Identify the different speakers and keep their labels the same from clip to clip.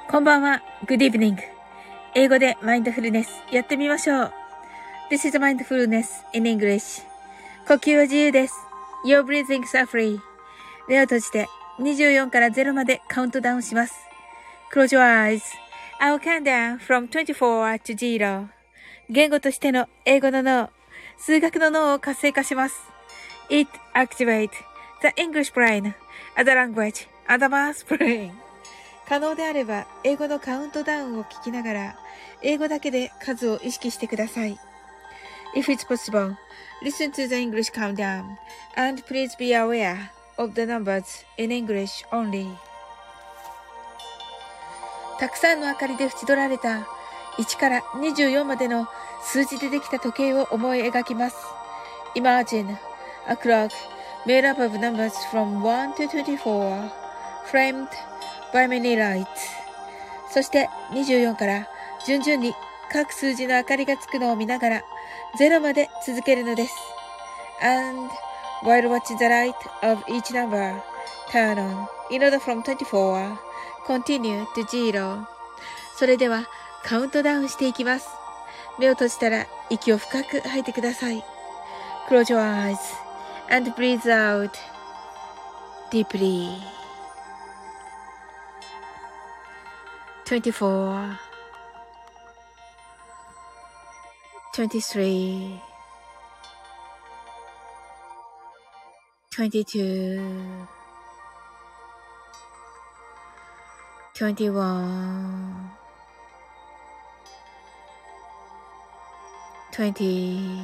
Speaker 1: こんばんは。Good evening. 英語でマインドフルネスやってみましょう。This is mindfulness in English. 呼吸は自由です。Your breathings are free. 目を閉じて24から0までカウントダウンします。Close your eyes. I'll count down from 24 to 0. 言語としての英語の脳、数学の脳を活性化します。It activates the English brain, the language, and the math brain. 可能であれば、英語のカウントダウンを聞きながら、英語だけで数を意識してください。If it's possible, listen to the English countdown, and please be aware of the numbers in English only. たくさんの明かりで縁取られた1から24までの数字でできた時計を思い描きます。Imagine a clock made up of numbers from 1 to 24, framed by many lights. そして24から順々に各数字の明かりがつくのを見ながら0まで続けるのです。And while watching the light of each number turn on in order from 24, continue to 0. それではカウントダウンしていきます。目を閉じたら息を深く吐いてください。Close your eyes and breathe out deeply.24 23 22 21 20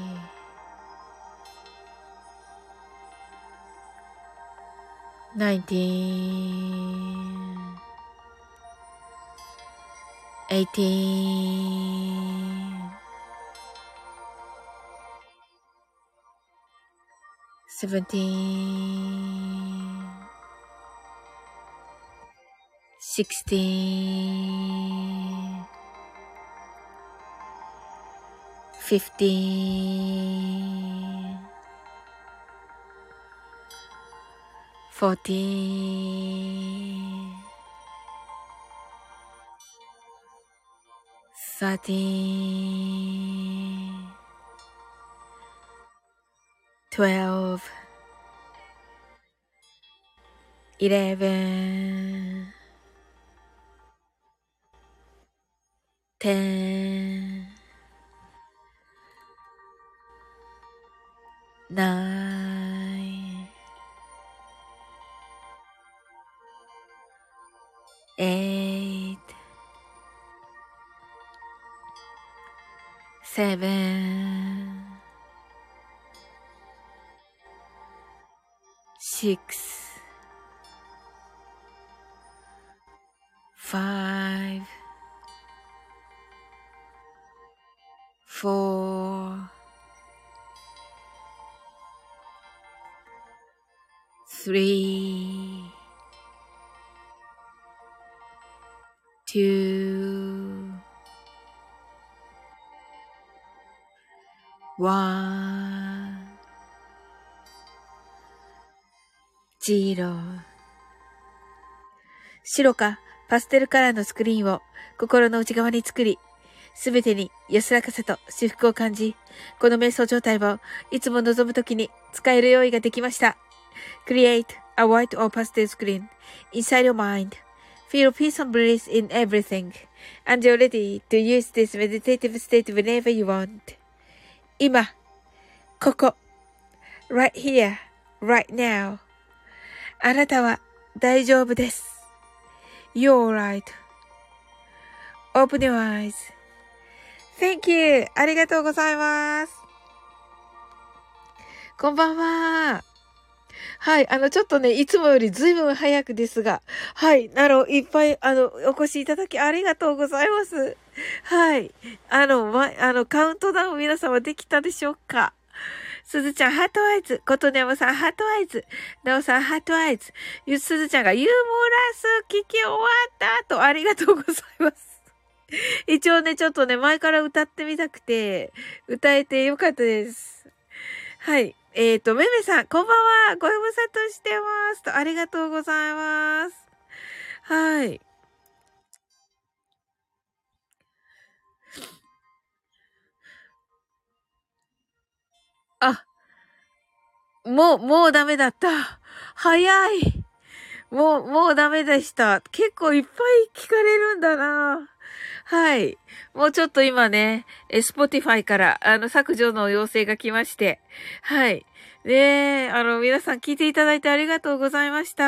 Speaker 1: 19 18 17 16 15 14 13 12 11 10 9 8 7 6 5 4 3 2 1 0。白かパステルカラーのスクリーンを心の内側に作り、すべてに安らかさと至福を感じ、この瞑想状態をいつも望むときに使える用意ができました。Create a white or pastel screen inside your mind.Feel peace and bliss in everything, and you're ready to use this meditative state whenever you want. 今、ここ、right here, right now. あなたは大丈夫です。You're right. Open your eyes. Thank you. ありがとうございます。こんばんは。はい。ちょっとね、いつもよりずいぶん早くですが、はい。いっぱい、お越しいただきありがとうございます。はい。カウントダウン皆様できたでしょうか？すずちゃん、ハートアイズ。ことねむさん、ハートアイズ。なおさん、ハートアイズ。すずちゃんが、ユーモラス聞き終わったと、ありがとうございます。一応ね、ちょっとね、前から歌ってみたくて、歌えてよかったです。はい。めめさん、こんばんは。ご無沙汰してます。と、ありがとうございます。はい。 あ、もうダメだった。早い。もうダメでした。結構いっぱい聞かれるんだな。はい。もうちょっと今ね、Spotify から、削除の要請が来まして。はい。ねえ、皆さん聞いていただいてありがとうございました。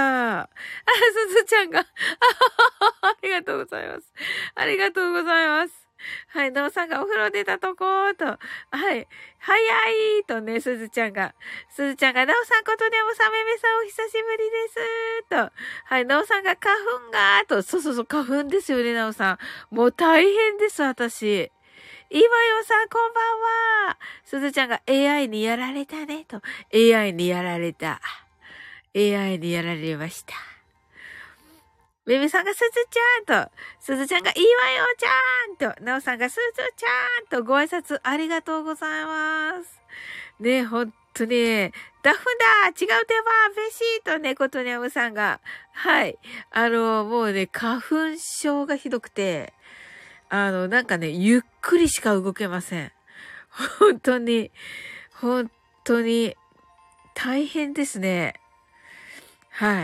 Speaker 1: すずちゃんがありがとうございます。ありがとうございます。はい、なおさんがお風呂出たとこーと。はい。早いとね、すずちゃんが。すずちゃんが、なおさんことでもさめめさんお久しぶりですと。はい、なおさんが花粉がと。そう、花粉ですよね、なおさん。もう大変です、私。今よさん、こんばんは。すずちゃんが AI にやられたねと。AI にやられた。AI にやられました。めめさんがすずちゃんと、すずちゃんがいいわよちゃんと、なおさんがすずちゃんとご挨拶ありがとうございます。ね、ほんとね、ダフだ違う手はべしと猫とにゃむさんが、はい。もうね、花粉症がひどくて、なんかね、ゆっくりしか動けません。本当に、大変ですね。はい。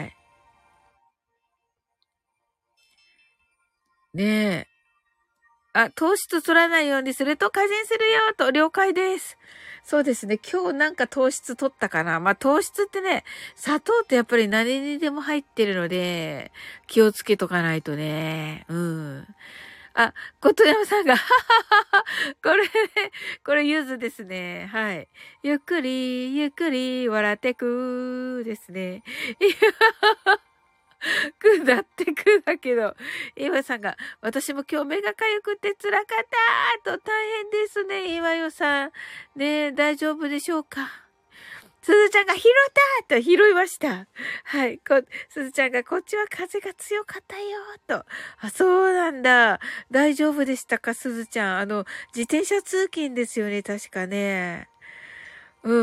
Speaker 1: ねえ。あ、糖質取らないようにすると改善するよと、了解です。そうですね。今日なんか糖質取ったかな。まあ、糖質ってね、砂糖ってやっぱり何にでも入ってるので、気をつけとかないとね。うん。あ、ことやまさんが、はははは、これね、これゆずですね。はい。ゆっくり、ゆっくり、笑ってくですね。いやくだってくだけど、岩さんが、私も今日目がかゆくて辛かったと大変ですね、岩代さん。ねえ、大丈夫でしょうか。すずちゃんが拾ったと拾いました。はい。すずちゃんがこっちは風が強かったよと。あ、そうなんだ。大丈夫でしたか、すずちゃん。自転車通勤ですよね、確かね。うん。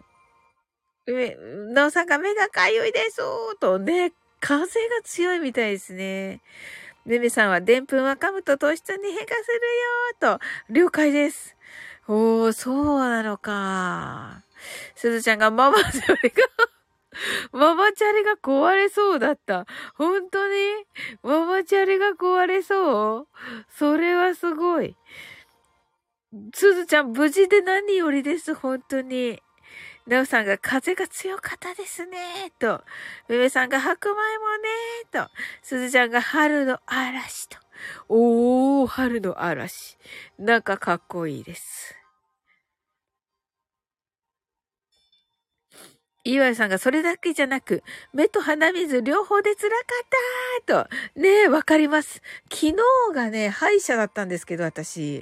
Speaker 1: なおさんが目がかゆいですとね、風が強いみたいですね。めめさんは、でんぷんは噛むと糖質に変化するよと、了解です。おー、そうなのか。すずちゃんがママチャリが壊れそうだった。本当にママチャリが壊れそうそれはすごい。すずちゃん無事で何よりです、本当に。なおさんが風が強かったですね、と。めめさんが白米もね、と。すずちゃんが春の嵐と。おー、春の嵐。なんかかっこいいです。岩井さんがそれだけじゃなく、目と鼻水両方で辛かったと。ねえ、わかります。昨日がね、歯医者だったんですけど、私。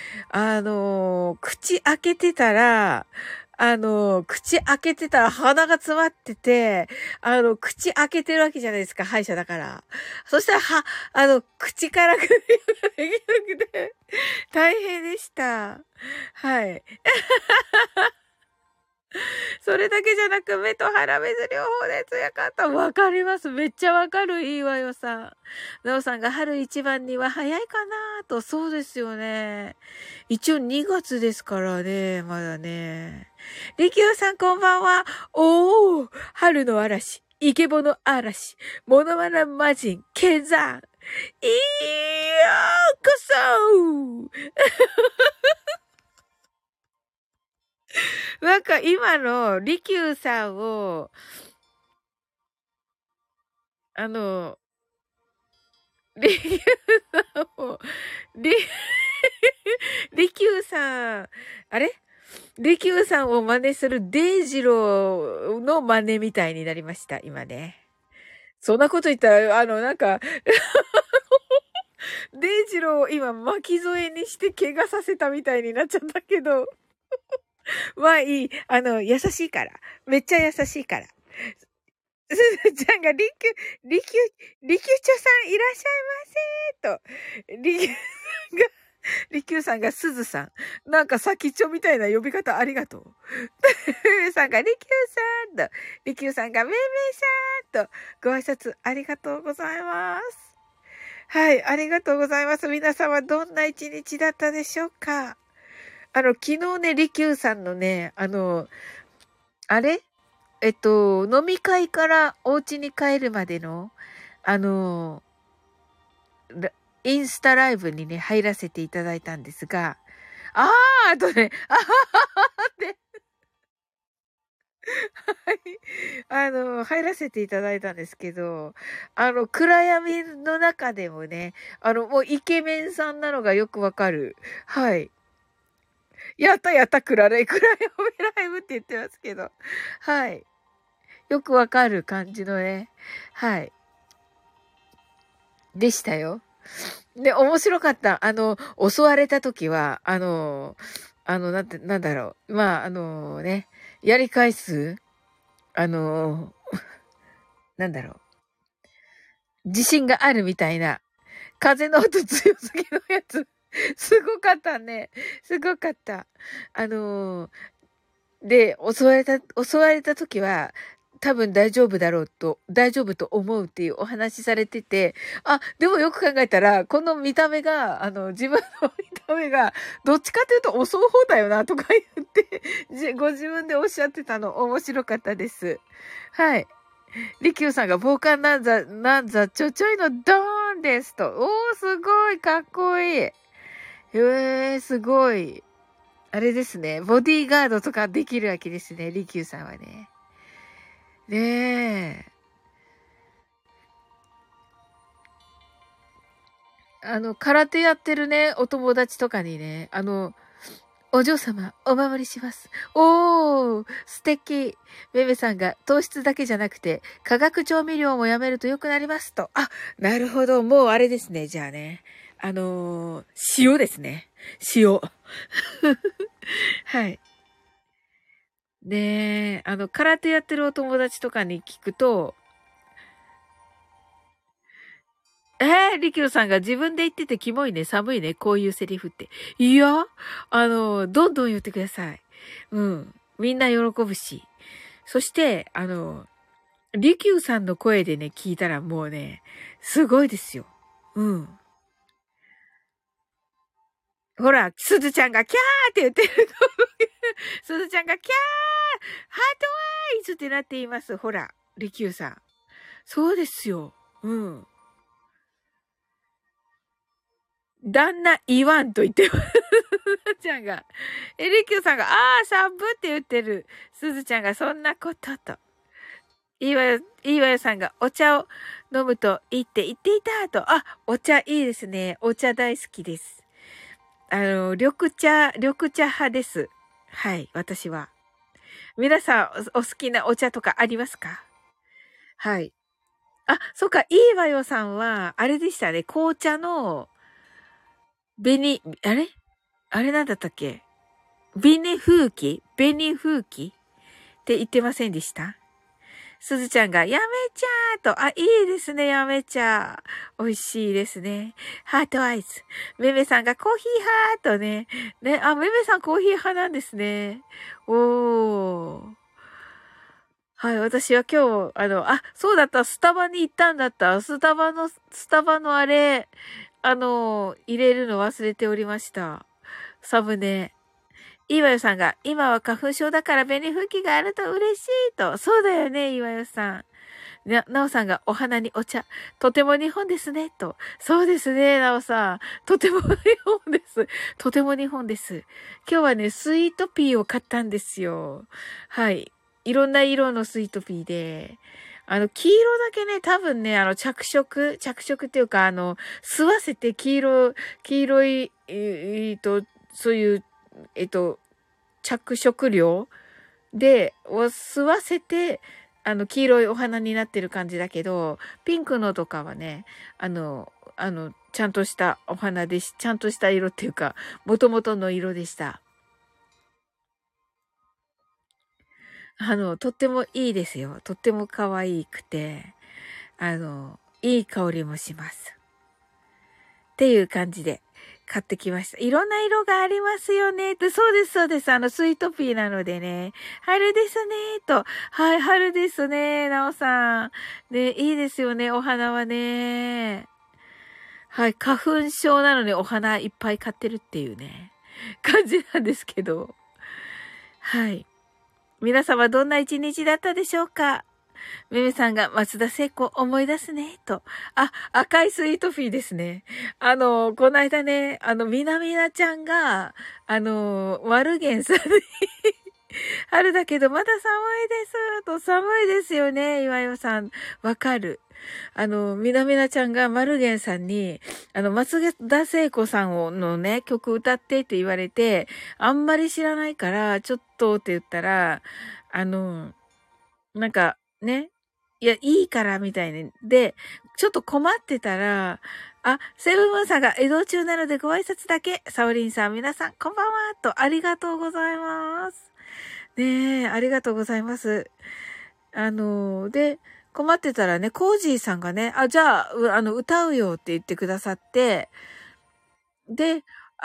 Speaker 1: 口開けてたら、口開けてたら鼻が詰まってて、口開けてるわけじゃないですか、歯医者だから。そしたら、口から来るようができなくて、大変でした。はい。それだけじゃなく、目と鼻水両方で強かった。わかります。めっちゃわかる。いいわよさん。なおさんが春一番には早いかなと。そうですよね。一応2月ですからね。まだね。りきゅうさんこんばんは。おー、春の嵐。イケボの嵐。モノマネ魔人。ケンザン。いよーこそなんか今の利休さんを、あの、利休さんを、利、利休さん、あれ利休さんを真似するデイジローの真似みたいになりました、今ね。そんなこと言ったら、なんか、デイジローを今巻き添えにして怪我させたみたいになっちゃったけど。まあいい。優しいから。めっちゃ優しいから。すずちゃんが、りきゅちょさんいらっしゃいませと。りきゅうさんがすずさん。なんか先っちょみたいな呼び方ありがとう。さんがりきゅうさんと。りきゅうさんがめいめいさんと。ご挨拶ありがとうございます。はい、ありがとうございます。皆様どんな一日だったでしょうか。 昨日ね、利休さんのね、あれ飲み会からお家に帰るまでの、あの、インスタライブにね、入らせていただいたんですが、あとね、あはははって、はい。入らせていただいたんですけど、暗闇の中でもね、もうイケメンさんなのがよくわかる。はい。やったやった、暗闇ライブって言ってますけど。はい。よくわかる感じのね。はい。でしたよ。で、面白かった。襲われた時は、なんだろう。まあ、ね、やり返す、あの、なんだろう。自信があるみたいな。風の音強すぎのやつ。すごかったね。すごかった。で、襲われた時は、多分大丈夫と思うっていうお話されてて、でもよく考えたら、この見た目が、自分の見た目が、どっちかというと襲う方だよな、とか言って、ご自分でおっしゃってたの面白かったです。はい。リキューさんが防寒なんざ、ちょちょいのドーンですと。すごい、かっこいい。すごい。あれですね。ボディーガードとかできるわけですね。リキューさんはね。ねえ。空手やってるね、お友達とかにね、お嬢様、お守りします。素敵。メメさんが糖質だけじゃなくて、化学調味料もやめると良くなりますと。なるほど。もうあれですね。じゃあね。塩ですね。塩。はい。ねえ、空手やってるお友達とかに聞くと、リキューさんが自分で言っててキモいね、寒いね、こういうセリフって。いや、どんどん言ってください。うん。みんな喜ぶし。そして、リキューさんの声でね、聞いたらもうね、すごいですよ。うん。ほら、すずちゃんがキャーって言ってるの。すずちゃんがキャーハートワイズってなっています。ほら、リキューさん。そうですよ。うん。旦那言わんと言ってます。すずちゃんが。リキューさんが、寒って言ってる。すずちゃんが、そんなことと。いいわよさんが、お茶を飲むといいって言っていたと。お茶いいですね。お茶大好きです。緑茶派です。はい、私は。皆さんお好きなお茶とかありますか？はい。そっか、いいわよさんは、あれでしたね。紅茶の、あれなんだったっけ？紅風紀って言ってませんでした？すずちゃんが、やめちゃーと、いいですね、やめちゃー。美味しいですね。ハートアイズ。めめさんがコーヒー派とね。ね、めめさんコーヒー派なんですね。おー。はい、私は今日、そうだった、スタバに行ったんだった。スタバのあれ、入れるの忘れておりました。サムネ。いわよさんが、今は花粉症だから紅吹きがあると嬉しいと。そうだよね、いわよさん。なおさんがお花にお茶。とても日本ですね、と。そうですね、なおさん。とても日本です。とても日本です。今日はね、スイートピーを買ったんですよ。はい。いろんな色のスイートピーで。黄色だけね、多分ね、着色っていうか、吸わせて黄色い、そういう、着色料を吸わせて、黄色いお花になってる感じだけど、ピンクのとかはね、ちゃんとしたお花でちゃんとした色っていうか、元々の色でした。とってもいいですよ。とっても可愛くて、いい香りもします。っていう感じで買ってきました。いろんな色がありますよね。そうです、そうです。スイートピーなのでね。春ですね。と。はい、春ですね。なおさん。ね、いいですよね。お花はね。はい、花粉症なのにお花いっぱい買ってるっていうね。 感じなんですけど。はい。皆様どんな一日だったでしょうか？めめさんが松田聖子思い出すね、と。あ、赤いスイートフィーですね。この間ね、みなみなちゃんが、マルゲンさんに春だけどまだ寒いです、と。寒いですよね、岩代さん。わかる。みなみなちゃんがマルゲンさんに、松田聖子さんのね、曲歌ってって言われて、あんまり知らないから、ちょっとって言ったら、なんか、ね、いや、いいから、みたいに。で、ちょっと困ってたら、あ、セブンムーンさんが移動中なのでご挨拶だけ。サオリンさん、皆さん、こんばんは、と、ありがとうございます。ねえ、ありがとうございます。で、困ってたらね、コージーさんがね、あ、じゃあ、歌うよって言ってくださって、で、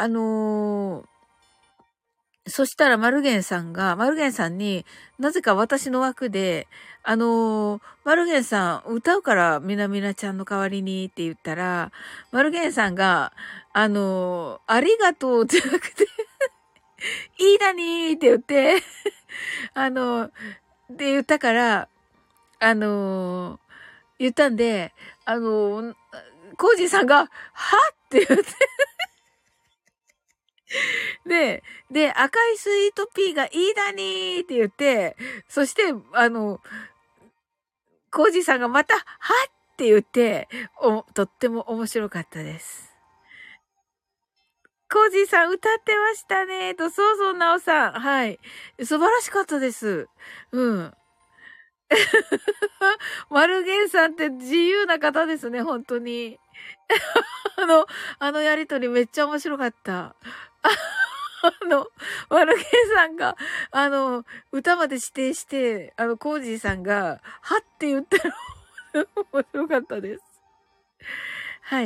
Speaker 1: そしたらマルゲンさんに、なぜか私の枠で、マルゲンさん歌うからみなみなちゃんの代わりにって言ったら、マルゲンさんが、ありがとうってなくて、いいだにーって言って、で言ったから、言ったんで、コージーさんが、はって言ってで、赤いスイートピーがいいだにーって言って、そして、コージーさんがまた、はって言って、とっても面白かったです。コージーさん歌ってましたねと、そうそう、なおさん。はい。素晴らしかったです。うん。マルゲンさんって自由な方ですね、本当に。あの、やりとりめっちゃ面白かった。マルゲンさんが、歌まで指定して、コージーさんが、はって言ったら、面白かったです。はい。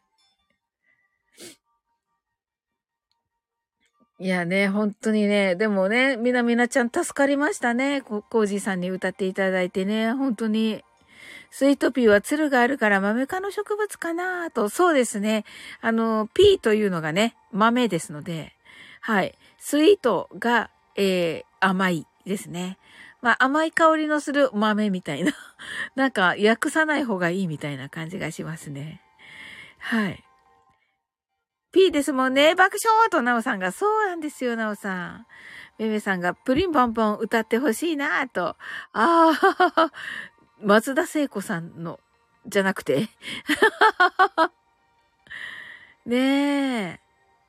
Speaker 1: いやね、本当にね、でもね、みなちゃん助かりましたね。コージーさんに歌っていただいてね、本当に。スイートピーはつるがあるから豆科の植物かなと、そうですね。ピーというのがね、豆ですので、はい。スイートが、甘いですね。まあ、甘い香りのする豆みたいな。なんか、訳さない方がいいみたいな感じがしますね。はい。P ですもんね。爆笑となおさんが、そうなんですよ、なおさん。めめさんが、プリンポンポン歌ってほしいなと。ああ、松田聖子さんの、じゃなくて。ねえ。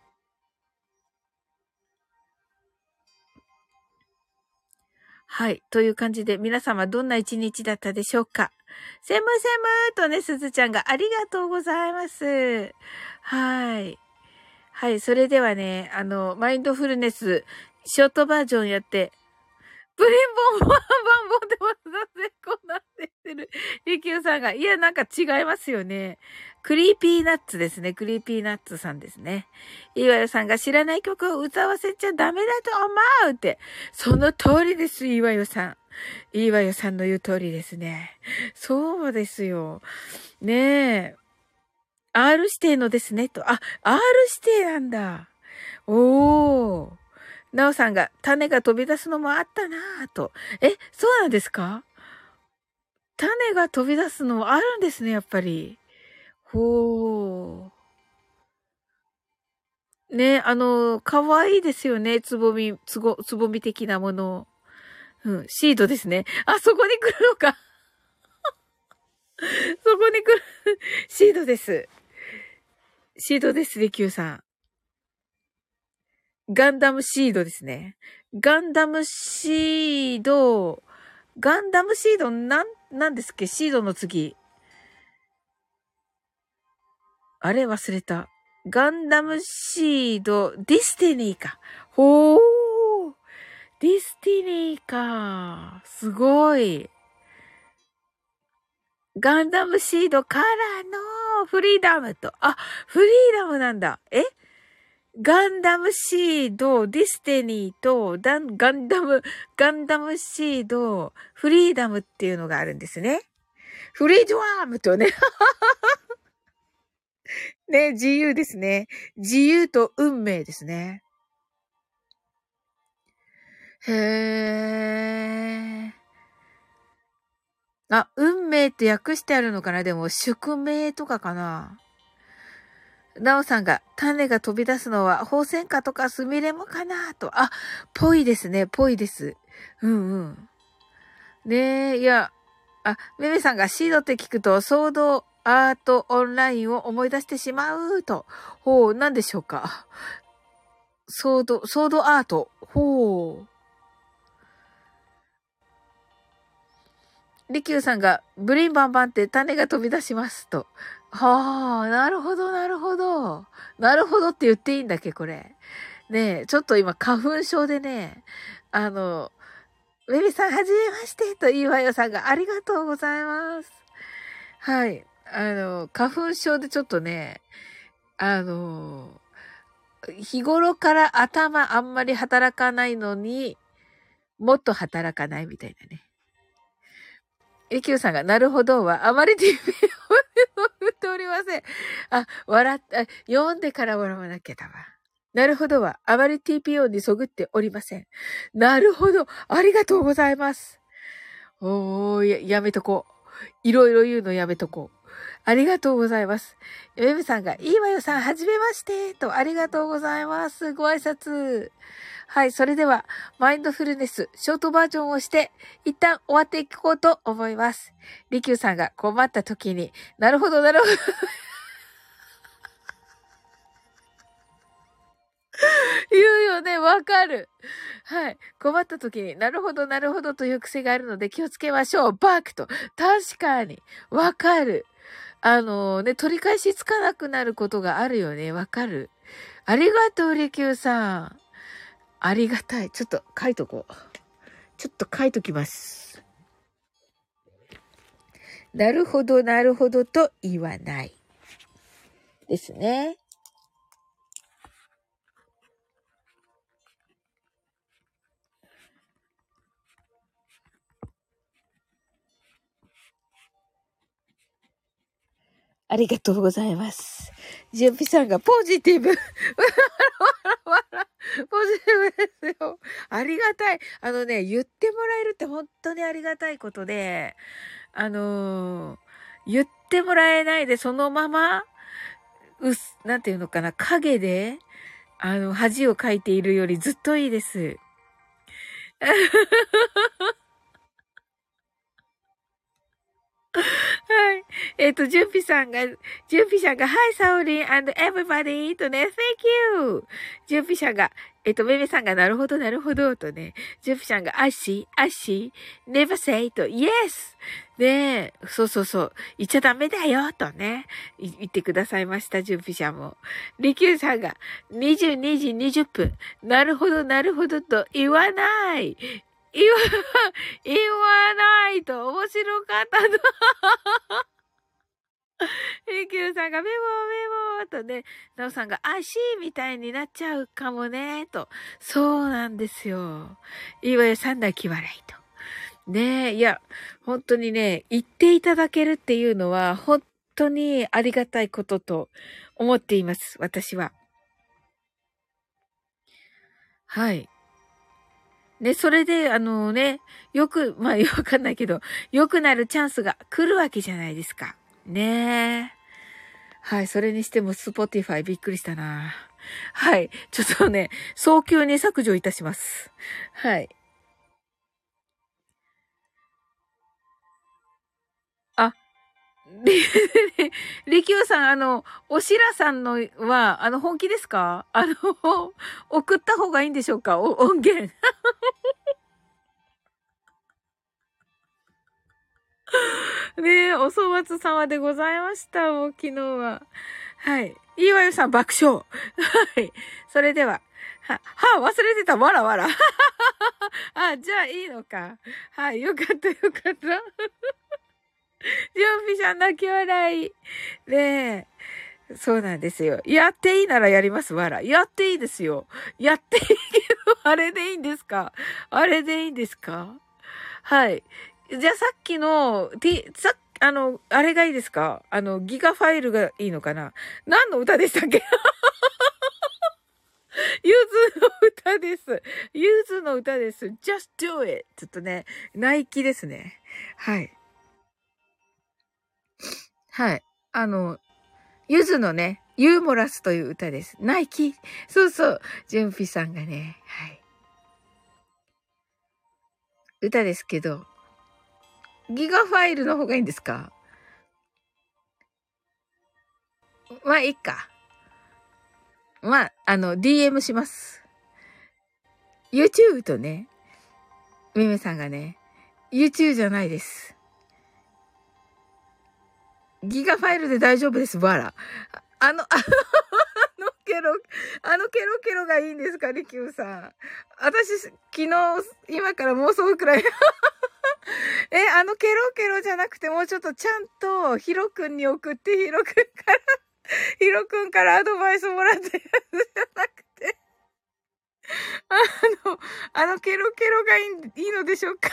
Speaker 1: はい。という感じで、皆様どんな一日だったでしょうか？セムセムとね、すずちゃんがありがとうございます。はい。はい。それではね、マインドフルネス、ショートバージョンやって、プリンボンバンバンボンって松田聖子なんてる。リキューさんが、いや、なんか違いますよね。クリーピーナッツですね。クリーピーナッツさんですね。いわよさんが知らない曲を歌わせちゃダメだと思うって。その通りです、いわよさん。いわよさんの言う通りですね。そうですよ。ねえ。R 指定のですね、と。あ、R 指定なんだ。おー。なおさんが種が飛び出すのもあったなぁと。そうなんですか？種が飛び出すのもあるんですね、やっぱり。ほー。ね、かわいいですよね、つぼみ的なもの。うん、シードですね。あ、そこに来るのか。そこに来る。シードです。シードです、リキューさん。ガンダムシードですね。ガンダムシードなんですっけ？シードの次。あれ忘れた。ガンダムシード、ディスティニーか。ほー。ディスティニーか。すごい。ガンダムシードからのフリーダムと。あ、フリーダムなんだ。ガンダムシード、ディスティニーと、ガンダムシード、フリーダムっていうのがあるんですね。フリードワームとね。ね、自由ですね。自由と運命ですね。 へー。あ、運命って訳してあるのかな？でも、宿命とかかな？なおさんが、種が飛び出すのは、ホウセンカとかスミレモかなと。あ、ぽいですね、ぽいです。うんうん。ねえ、いや、めめさんがシードって聞くと、ソードアートオンラインを思い出してしまうと。ほう、なんでしょうか。ソードアート。ほう。リキューさんが、ブリンバンバンって種が飛び出しますと。はあ、なるほど、なるほど。なるほどって言っていいんだっけ、これ。ねえ、ちょっと今、花粉症でね、ベビさん、はじめまして、と、いいわよさんが、ありがとうございます。はい。花粉症でちょっとね、あの、日頃から頭あんまり働かないのに、もっと働かないみたいなね。リキューさんが、なるほどは、あまり TV を振っておりません。読んでから笑わなきゃだわ。なるほどは、あまり TPO にそぐっておりません。なるほど。ありがとうございます。やめとこう。いろいろ言うのやめとこう。ありがとうございます。ウェブさんが、いいわよさん、はじめまして、と、ありがとうございます。ご挨拶。はい、それでは、マインドフルネス、ショートバージョンをして、一旦終わっていこうと思います。リキューさんが困った時に、なるほど、なるほど。言うよね、わかる。はい。困った時になるほど、なるほどという癖があるので気をつけましょう。バックと。確かに。わかる。取り返しつかなくなることがあるよね。わかる。ありがとう、りきゅうさん。ありがたい。ちょっと書いとこう。ちょっと書いときます。なるほど、なるほどと言わない。ですね。ありがとうございます。ジュンピさんがポジティブ。ポジティブですよ。ありがたい。言ってもらえるって本当にありがたいことで、言ってもらえないでそのまま、なんていうのかな、影で、恥をかいているよりずっといいです。はい。ジュンピさんが、Hi, Saori and everybody! とね、Thank you! ジュンピさんが、メメさんが、なるほど、なるほど、とね、ジュンピさんが、I see, never say と、Yes! ねえ、そうそうそう、言っちゃダメだよ、とね、言ってくださいました、ジュンピさんも。リキューさんが、22時20分、なるほど、なるほど、と言わない。言わ、言わないと面白かったの。リキューさんがメモメモとね、ナオさんが足みたいになっちゃうかもね、と。そうなんですよ。いわゆる三代気笑いと。ねえ、いや、本当にね、言っていただけるっていうのは、本当にありがたいことと思っています、私は。はい。ね、それで、まあ、わかんないけど、良くなるチャンスが来るわけじゃないですか。ねえ。はい、それにしても、スポティファイびっくりしたな。はい、ちょっとね、早急に削除いたします。はい。あ、りきゅうさん、おしらさんのは、本気ですか？送った方がいいんでしょうか？音源。ねえ、お粗末様でございました、もう昨日は。はい。いいわよさん爆笑。はい。それでは、忘れてた、わらわら。あ、じゃあいいのか。はい、よかった、よかった。ジョンピさん泣き笑い。ねえ。そうなんですよ。やっていいならやります、わら。やっていいですよ。やっていいけど、あれでいいんですか？あれでいいんですか？はい。じゃあさっきの、あれがいいですか？ギガファイルがいいのかな？何の歌でしたっけ？ ゆずの歌です。ゆずの歌です。just do it! ちょっとね、ナイキですね。はい。はい。ゆずのね、ユーモラスという歌です。ナイキ。そうそう。ジュンピさんがね、はい。歌ですけど、ギガファイルの方がいいんですか？まあ、いいか。まあ、DM します。YouTube とね、めめさんがね、YouTube じゃないです。ギガファイルで大丈夫です、わら。ケロ、ケロケロがいいんですか、リキューさん。私、昨日、今から妄想くらい。ケロケロじゃなくて、もうちょっとちゃんと、ヒロくんに送って、ヒロくんからアドバイスもらったやつじゃなくて、ケロケロがいいのでしょうか。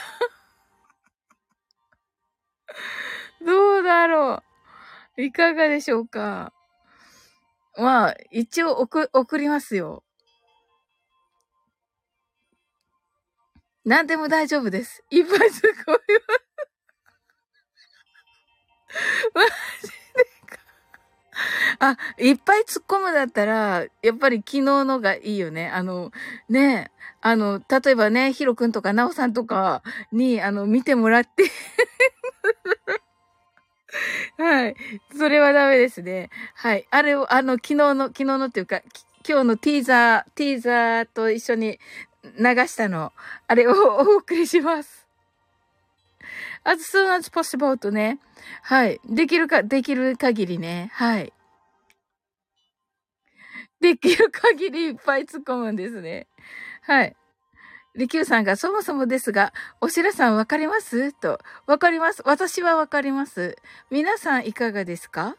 Speaker 1: どうだろう。いかがでしょうか。まあ、一応送りますよ。何でも大丈夫です。いっぱいすごいわ。マジでか。あ、いっぱい突っ込むだったら、やっぱり昨日のがいいよね。ねえ、例えばね、ヒロくんとかナオさんとかに、見てもらってはい。それはダメですね。はい。あれを、昨日のっていうか、今日のティーザーと一緒に流したの、あれをお送りします。as soon as possible とね。はい。できる限りね。はい。できる限りいっぱい突っ込むんですね。はい。リキューさんがそもそもですが、おしらさんわかりますと。わかります。私はわかります。皆さんいかがですか？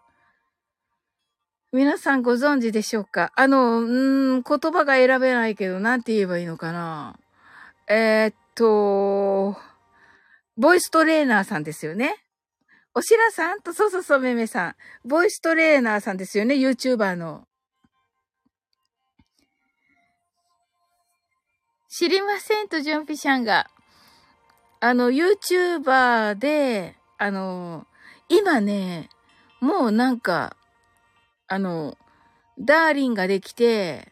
Speaker 1: 皆さんご存知でしょうか？言葉が選べないけど、なんて言えばいいのかな。ボイストレーナーさんですよね。おしらさんと、そうそうそう、めめさん。ボイストレーナーさんですよね、YouTuber の。知りませんと、ジュンピシャンが。YouTuber で、今ね、もうなんか、あの、ダーリンができて、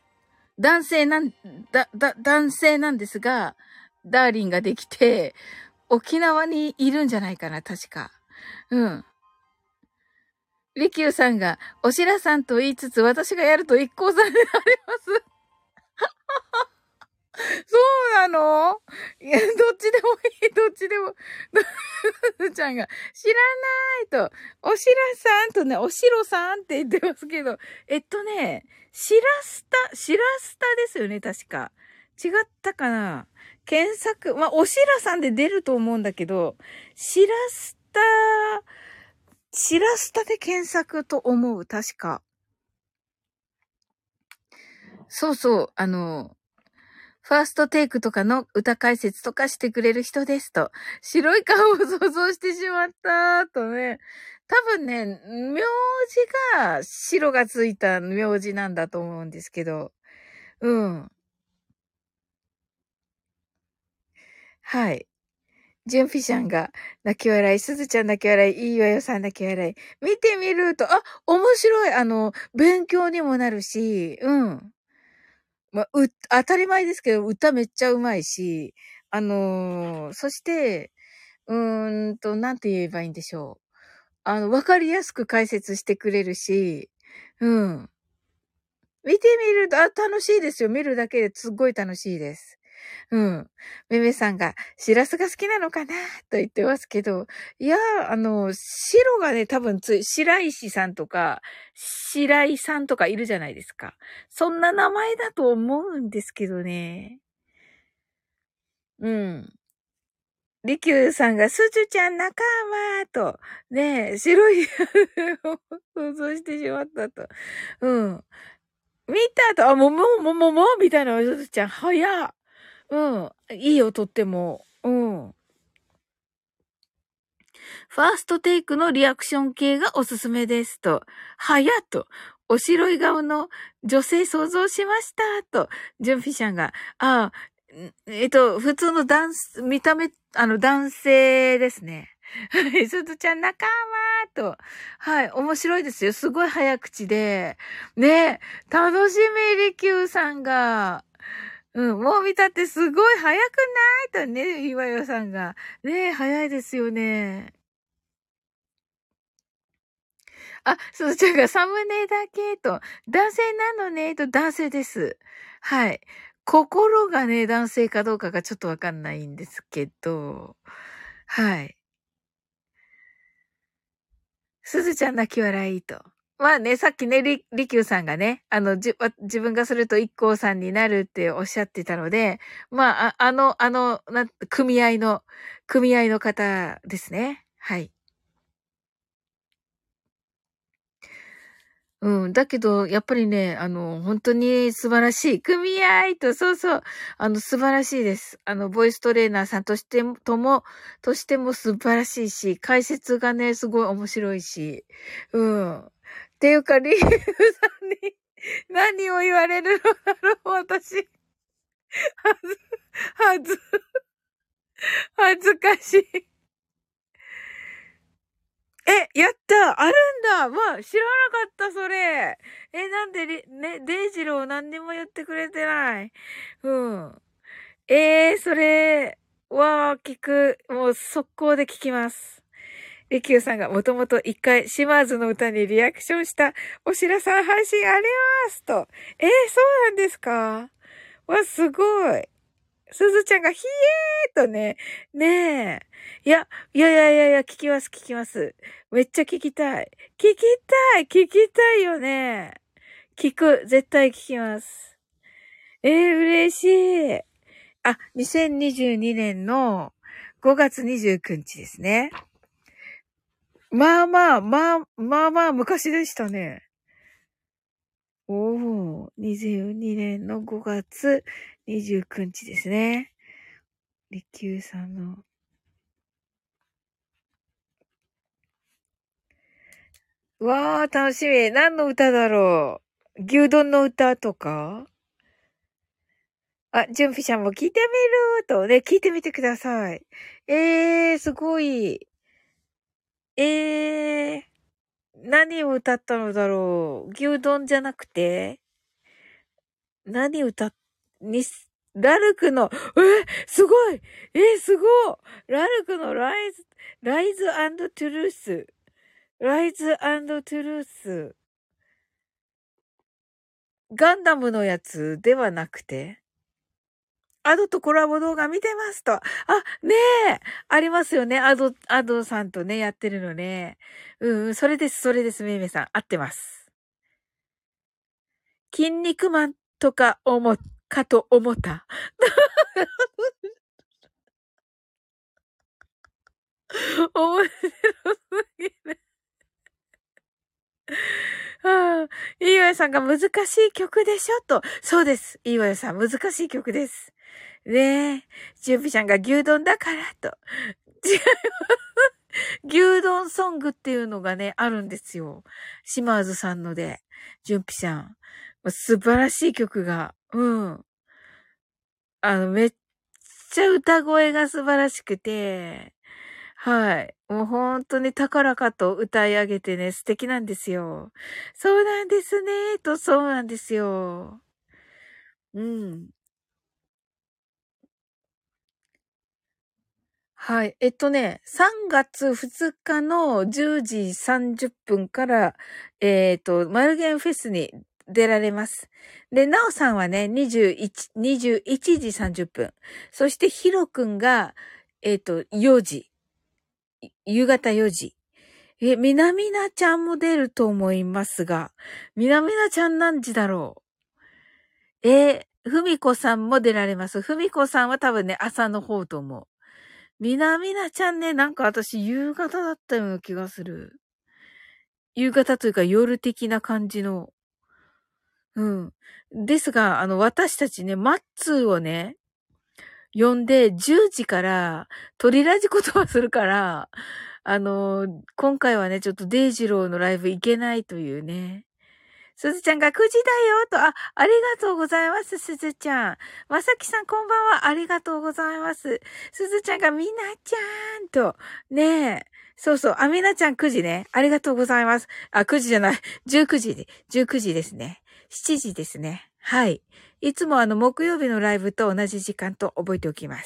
Speaker 1: 男性なんですが、ダーリンができて、沖縄にいるんじゃないかな、確か。うん。リキューさんが、おしらさんと言いつつ、私がやると一向さんになります。そうなの？いや、どっちでもいい、どっちでも。ちゃんが、知らないと、おしらさんとね、おしろさんって言ってますけど、しらすたですよね、確か。違ったかな？検索、まあ、おしらさんで出ると思うんだけど、しらすたで検索と思う、確か。そうそう、ファーストテイクとかの歌解説とかしてくれる人ですと。白い顔を想像してしまったとね。多分ね、名字が白がついた名字なんだと思うんですけど。うん。はい。ジュンフィシャンが泣き笑い、すずちゃん泣き笑い、いいわよさん泣き笑い。見てみると、面白い。勉強にもなるし、うん。まあ、当たり前ですけど、歌めっちゃうまいし、そして、なんて言えばいいんでしょう。わかりやすく解説してくれるし、うん。見てみると、楽しいですよ。見るだけですっごい楽しいです。うん。めめさんが、しらすが好きなのかなと言ってますけど、いや白がね、多分白石さんとか、白井さんとかいるじゃないですか。そんな名前だと思うんですけどね。うん。りきゅうさんが、すずちゃん仲間と、ね白いを想像してしまったと。うん。見たと、もうみたいな、すずちゃん、早っ。うん。いいよ、とっても。うん。ファーストテイクのリアクション系がおすすめですと。早っと。 お白い顔の女性想像しました、と、ジュンピシャンが、普通の見た目、男性ですね。はい、すずちゃん仲間と。はい、面白いですよ。すごい早口で。ね、楽しみ、りきゅうさんが。うん、もう見たってすごい早くないとね、岩代さんが。ね、早いですよね。あ、すずちゃんがサムネだけと、男性なのねと、男性です。はい。心がね、男性かどうかがちょっとわかんないんですけど、はい。すずちゃん泣き笑いと。まあね、さっきね、りきゅうさんがね、自分がすると一光さんになるっておっしゃってたので、まあ、組合の方ですね。はい。うん。だけど、やっぱりね、本当に素晴らしい。組合と、そうそう。素晴らしいです。ボイストレーナーさんとしても素晴らしいし、解説がね、すごい面白いし。うん。っていうか、リーフさんに何を言われるのだろう、私。はず、はず、恥ずかしい。やったあるんだわあ、知らなかった、それ。なんでデイジロー何にも言ってくれてない。うん。それ、わあ、聞く。もう速攻で聞きます。リキューさんがもともと一回、島津の歌にリアクションした、おしらさん配信ありますと。そうなんですか？わ、すごい。すずちゃんがひえーとね、ねえ。聞きます、聞きます。めっちゃ聞きたい。聞きたいよね。絶対聞きます。嬉しい。2022年の5月29日ですね。まあ昔でしたね。22年の5月29日ですね。りきゅうさんの。わー、楽しみ。何の歌だろう。牛丼の歌とかジュンピちゃんも聞いてみるとね、聞いてみてください。すごい。何を歌ったのだろう。牛丼じゃなくて何歌っ、に、ラルクの、すごいすごいラルクのライズトゥルース。ライズトゥルース。ガンダムのやつではなくてアドとコラボ動画見てますと。ねえありますよね。アドさんとね、やってるのね。それです、めいめいさん。合ってます。筋肉マンとかと思った。面白すぎる。いいわよさんが難しい曲でしょと。そうです。いいわよさん、難しい曲です。ねえ。ジュンピちゃんが牛丼だからと。違う。牛丼ソングっていうのがね、あるんですよ。島津さんので。ジュンピちゃん。素晴らしい曲が。めっちゃ歌声が素晴らしくて、はい。もう本当に高らかと歌い上げてね、素敵なんですよ。そうなんですね、そうなんですよ。うん。はい。3月2日の10時30分から、マルゲンフェスに出られます。で、なおさんはね、21時30分。そして、ヒロくんが、4時。夕方4時。みなみなちゃんも出ると思いますが、みなみなちゃん何時だろう。ふみこさんも出られます。ふみこさんは多分ね、朝の方と思う。みなみなちゃんね、なんか私夕方だったような気がする。夕方というか夜的な感じの。うん。ですが、私たちね、マッツーをね、呼んで10時から鳥ラジ言葉するから、今回はね、ちょっとデイジローのライブ行けないというね。 すずちゃんが9時だよと、ありがとうございます、すずちゃん。まさきさんこんばんは、ありがとうございます。すずちゃんがみなちゃんと、ねえ。そうそう、みなちゃん9時ね。ありがとうございます。9時じゃない。19時で、19時ですね。7時ですね。はい。いつも木曜日のライブと同じ時間と覚えておきます。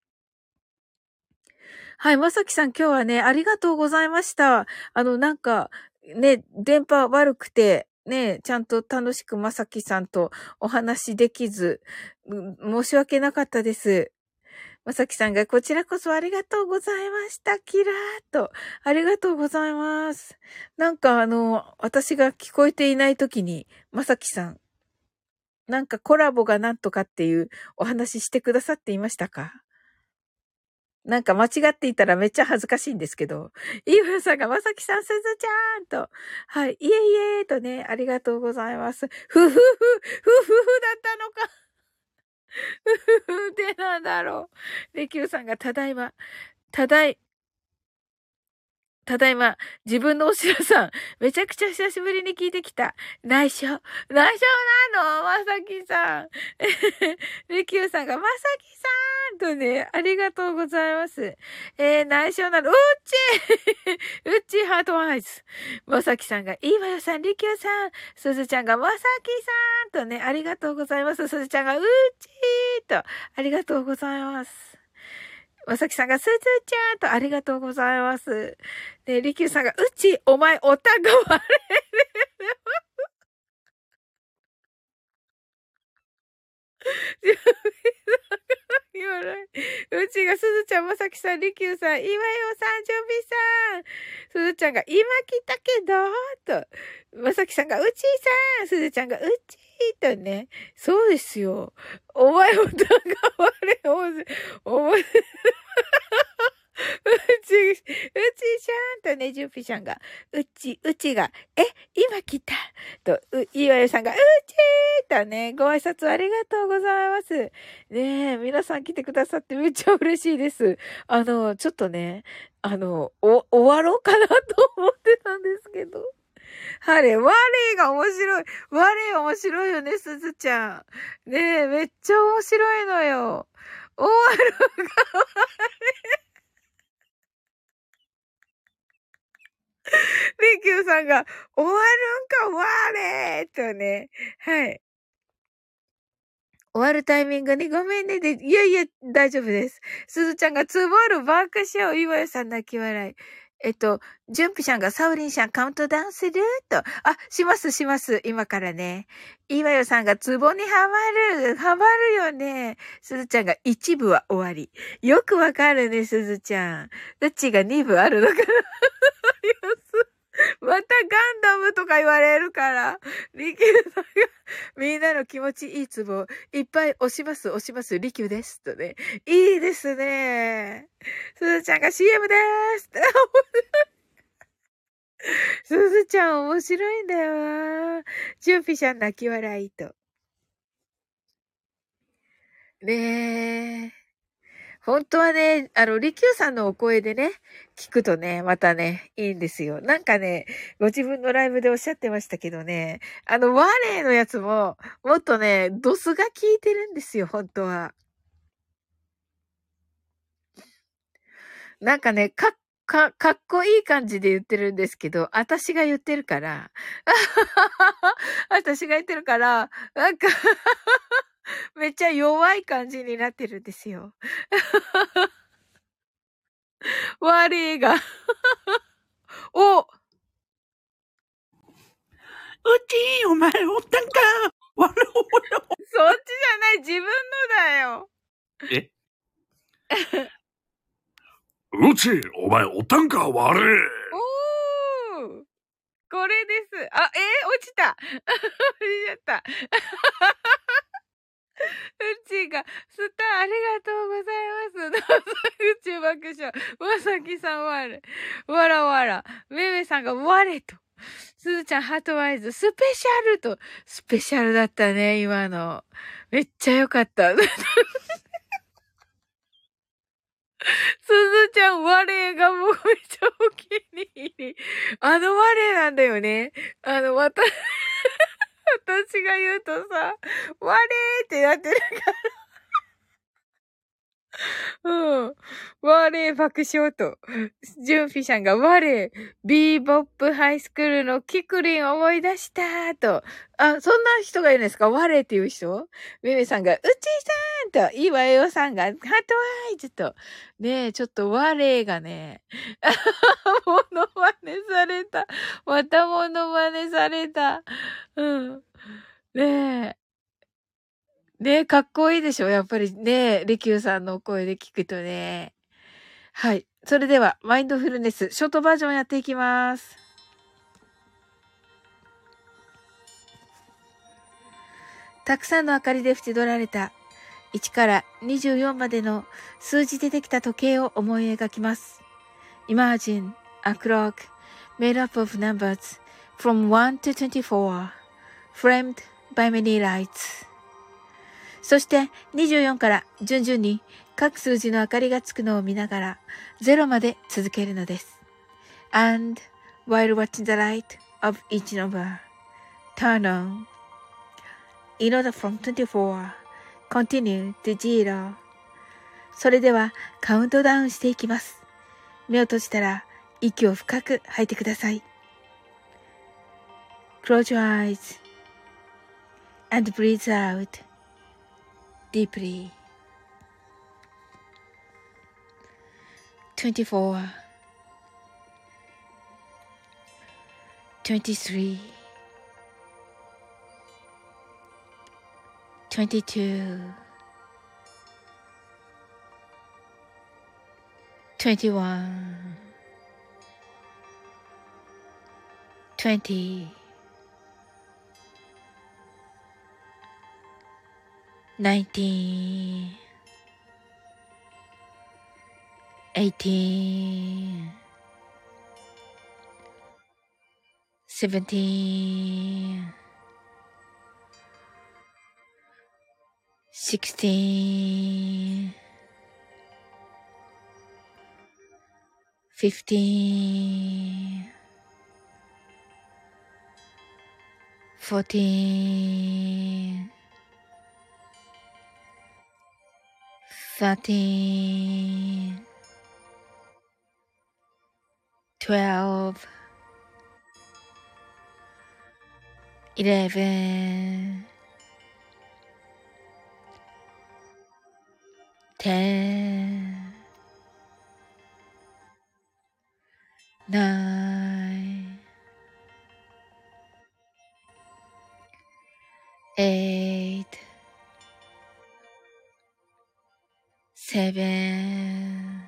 Speaker 1: はい、まさきさん今日はね、ありがとうございました。なんか、ね、電波悪くて、ね、ちゃんと楽しくまさきさんとお話できず、申し訳なかったです。まさきさんがこちらこそありがとうございました。キラーっと。ありがとうございます。なんか私が聞こえていないときに、まさきさん、なんかコラボがなんとかっていうお話してくださっていましたか？なんか間違っていたらめっちゃ恥ずかしいんですけど、イーフンさんがまさきさん、すずちゃんと、はい、いえいえとね、ありがとうございます。ふふふ、ふふふだったのか。ふふふってなんだろう。レキューさんがただいま、ただい、ただいま、自分のおしろさん、めちゃくちゃ久しぶりに聞いてきた。内緒。内緒なのまさきさん。レキューさんが、まさきさんとね、ありがとうございます。内緒なの。うっちうっちハートワイズ。まさきさんが、いいわよさん、レキューさん。すずちゃんが、まさきさんとね、ありがとうございます。すずちゃんが、うっちーと、ありがとうございます。まさきさんが、すずちゃんとありがとうございます。で、りきゅうさんが、うち、お前、おたが悪い。言わない。うちが、すずちゃん、まさきさん、りきゅうさん、いわよさん、じょびさん。すずちゃんが、今来たけど、と。まさきさんが、うちさん。すずちゃんが、うちとね。そうですよ。お前、おたが悪い。お前、うちしゃんとね、ジュンピちゃんが、うちが、今来たと、いわゆさんが、うちーとね、ご挨拶ありがとうございます。ねえ、皆さん来てくださってめっちゃ嬉しいです。ちょっとね、終わろうかなと思ってたんですけど。我が面白い。面白いよね、すずちゃん。ねえ、めっちゃ面白いのよ。終わるがリキューさんが、終わるんか、我とね。はい。終わるタイミングにごめんねで、いやいや、大丈夫です。すずちゃんがつぼる爆笑、岩屋さん泣き笑い。ジュンピさんがサウリンさんカウントダウンすると。します、します。今からね。岩屋さんがツボにはまるよね。すずちゃんが一部は終わり。よくわかるね、すずちゃん。うちが二部あるのかな。またガンダムとか言われるから、リキューさんが、みんなの気持ちいいツボ、いっぱい押します、リキューです。とね。いいですね。すずちゃんが CM でーす。すずちゃん面白いんだよな。ジュンピシャン泣き笑いと。ねえ。本当はね、リキューさんのお声でね、聞くとね、またね、いいんですよ。なんかね、ご自分のライブでおっしゃってましたけどね、ワレーのやつも、もっとね、ドスが効いてるんですよ、本当は。なんかね、かっこいい感じで言ってるんですけど、私が言ってるから、私が言ってるから、なんかめっちゃ弱い感じになってるんですよ。ワレーがお
Speaker 2: うちお前おったんかわらわら。
Speaker 1: そっちじゃない、自分のだよ。
Speaker 2: えうちお前おったんかわれ。
Speaker 1: おーこれです。落ちた。落ちちゃった。うちが、スターありがとうございます。宇宙爆笑。まさきさんわれ。わらわら。めめさんがわれと。すずちゃんハートワイズ。スペシャルと。スペシャルだったね、今の。めっちゃよかった。すずちゃん、我がもうめっちゃお気に入り。我なんだよね。また、 私が言うとさ、我ってなってるから。うん。我爆笑と。ジュンピシャンが我、ビーボップハイスクールのキクリン思い出したと。あ、そんな人がいるんですか？我っていう人？メメさんが、うちさんと、岩井さんが、ハートワイズと。ねえ、ちょっと我がね、モノマネされた。またモノマネされた。うん。ねえ。ねえ、かっこいいでしょやっぱりね、リキューさんの声で聞くとね。はい。それでは、マインドフルネス、ショートバージョンやっていきます。たくさんの明かりで縁取られた、1から24までの数字でできた時計を思い描きます。Imagine a clock made up of numbers from 1 to 24, framed by many lights. そして24から順々に各数字の明かりがつくのを見ながら0まで続けるのです。And while watching the light of each number turn on, in order from 24, continue to 0. それではカウントダウンしていきます。目を閉じたら息を深く吐いてください。Close your eyes and breathe out deeply. 24, 23, 22, 21, 20, 19, 18, 17, 16, 15, 14, 13, 12, 11, 10, 9, 8, 7,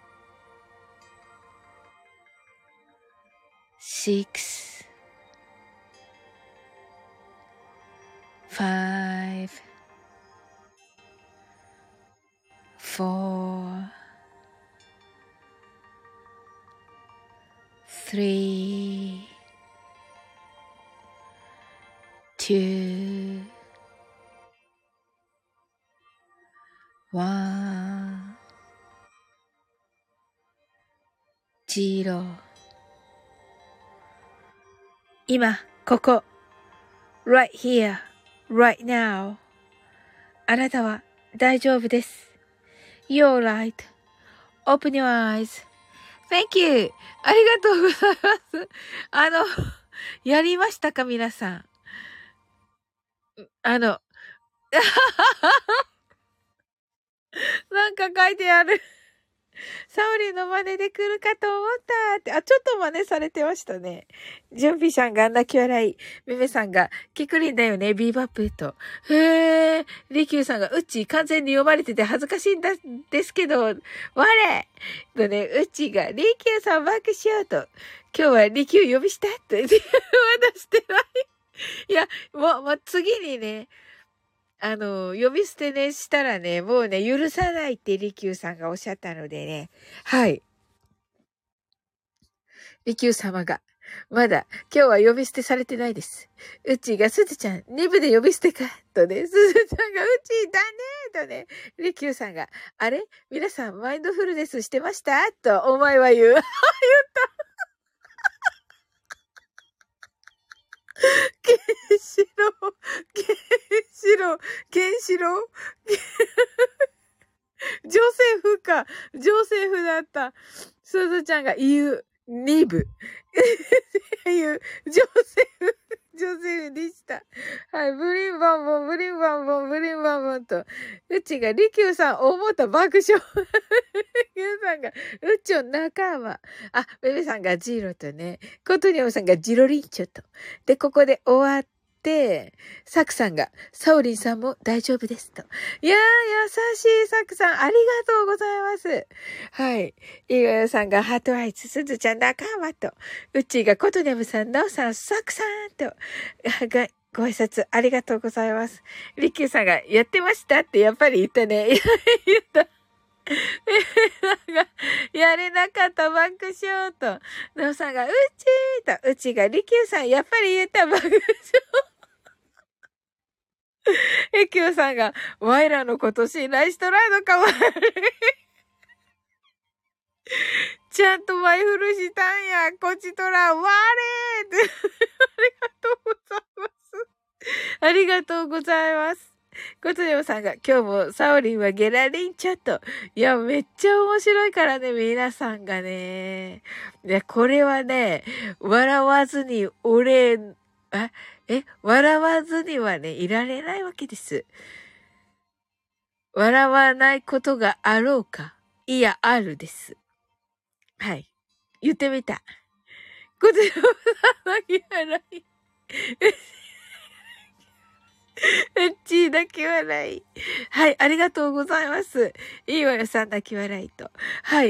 Speaker 1: 6, 5, 4, 3, 2, 1, 0。今、ここ。right here, right now. あなたは大丈夫です。You're right.Open your eyes. Thank you. ありがとうございます。やりましたか皆さん。なんか書いてある。サオリンの真似で来るかと思ったって。あ、ちょっと真似されてましたね。ジュンピさんが泣き笑い。メメさんが、キクリンだよね、ビーバップと。へー。リキューさんが、うち完全に読まれてて恥ずかしいんですけど、我とね、うちが、リキューさん爆笑と。今日はリキュー呼びしたと言って、まだしてない。いや、もう次にね、呼び捨てね、したらね、もうね、許さないってリキューさんがおっしゃったのでね。はい。リキュー様が、まだ、今日は呼び捨てされてないです。うちがすずちゃん、2部で呼び捨てか、とね、すずちゃんがうちだね、とね、リキューさんが、あれ皆さん、マインドフルネスしてましたと、お前は言う。言った。ケンシロウケンシロウジョセフか。ジョセフだった。すずちゃんが言う。ニブ。言う。ジョセフでした。はい。ブリンバンボン、ブリンバンボン、ブリンバンボンと。うちが、リキューさん、思った爆笑。リキューさんが、うちょ仲間。あ、ベベさんがジーロとね。コトニョムさんがジロリンチョと。で、ここで終わって、サクさんが、サオリンさんも大丈夫ですと。いやー、優しいサクさん、ありがとうございます。はい。イーゴヨさんがハートアイズ、すずちゃん仲間と。うちがコトネムさん、ナオさん、サクさんと。ご挨拶ありがとうございます。リキューさんが、やってましたってやっぱり言ったね。言った。やれなかった爆笑と。ナオさんが、うちーと。うちが、リキューさん、やっぱり言った爆笑。キューさんが、ワイらのこと信頼しとらんのかわいい。ちゃんと前振りしたんや。こちとら、われーって。ありがとうございます。コトヨンさんが、今日もサオリンはゲラリンチャット。いや、めっちゃ面白いからね、皆さんがね。で、これはね、笑わずに笑わずにはね、いられないわけです。笑わないことがあろうか。いや、あるです。はい。言ってみた。コトヨンさんの笑い。うっちー泣き笑い。はい、ありがとうございます。いいわよさん泣き笑いと。はい、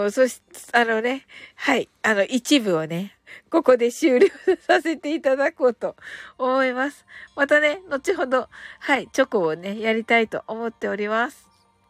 Speaker 1: はい、一部をね、ここで終了させていただこうと思います。またね、後ほど、はい、チョコをね、やりたいと思っております。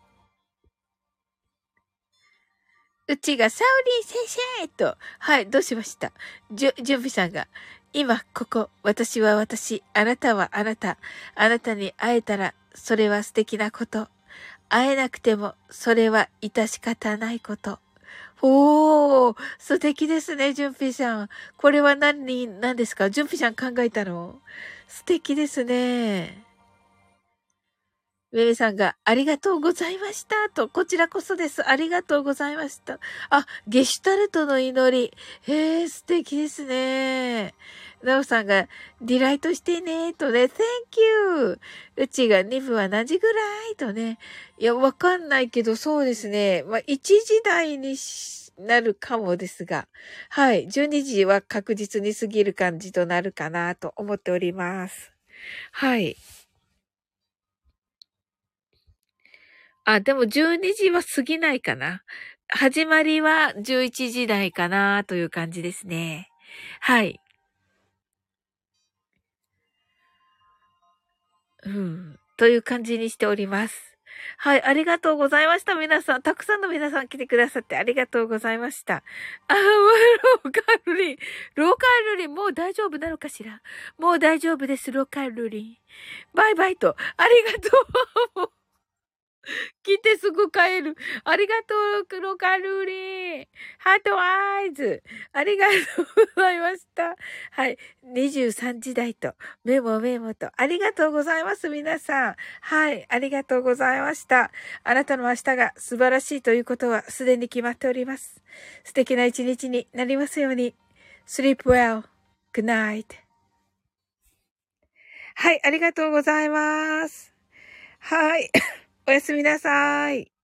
Speaker 1: うちがサオリン先生と、はい、どうしました？準備さんが、今、ここ、私は私、あなたはあなた、あなたに会えたら、それは素敵なこと。会えなくても、それは致し方ないこと。おー、素敵ですね、純平さん。これは何ですか？純平さん考えたの？素敵ですね。ウェベさんが、ありがとうございました。と、こちらこそです。ありがとうございました。あ、ゲシュタルトの祈り。へえ、素敵ですね。ナオさんが、ディライトしてね。とね、Thank you。うちが2分は何時ぐらいとね。いや、わかんないけど、そうですね。まあ、1時台になるかもですが。はい。12時は確実に過ぎる感じとなるかなと思っております。はい。あ、でも12時は過ぎないかな。始まりは11時台かなという感じですね。はい。という感じにしております。はい、ありがとうございました。皆さん、たくさんの皆さん来てくださってありがとうございました。ローカルリン。ローカルリン、もう大丈夫なのかしら？もう大丈夫です、ローカルリン。バイバイと。ありがとう。来てすぐ帰る。ありがとう、黒カルーリー。ハートアイズ。ありがとうございました。はい。23時台と、メモと、ありがとうございます、皆さん。はい。ありがとうございました。あなたの明日が素晴らしいということはすでに決まっております。素敵な一日になりますように。Sleep well. Good night. はい。ありがとうございます。はい。おやすみなさい。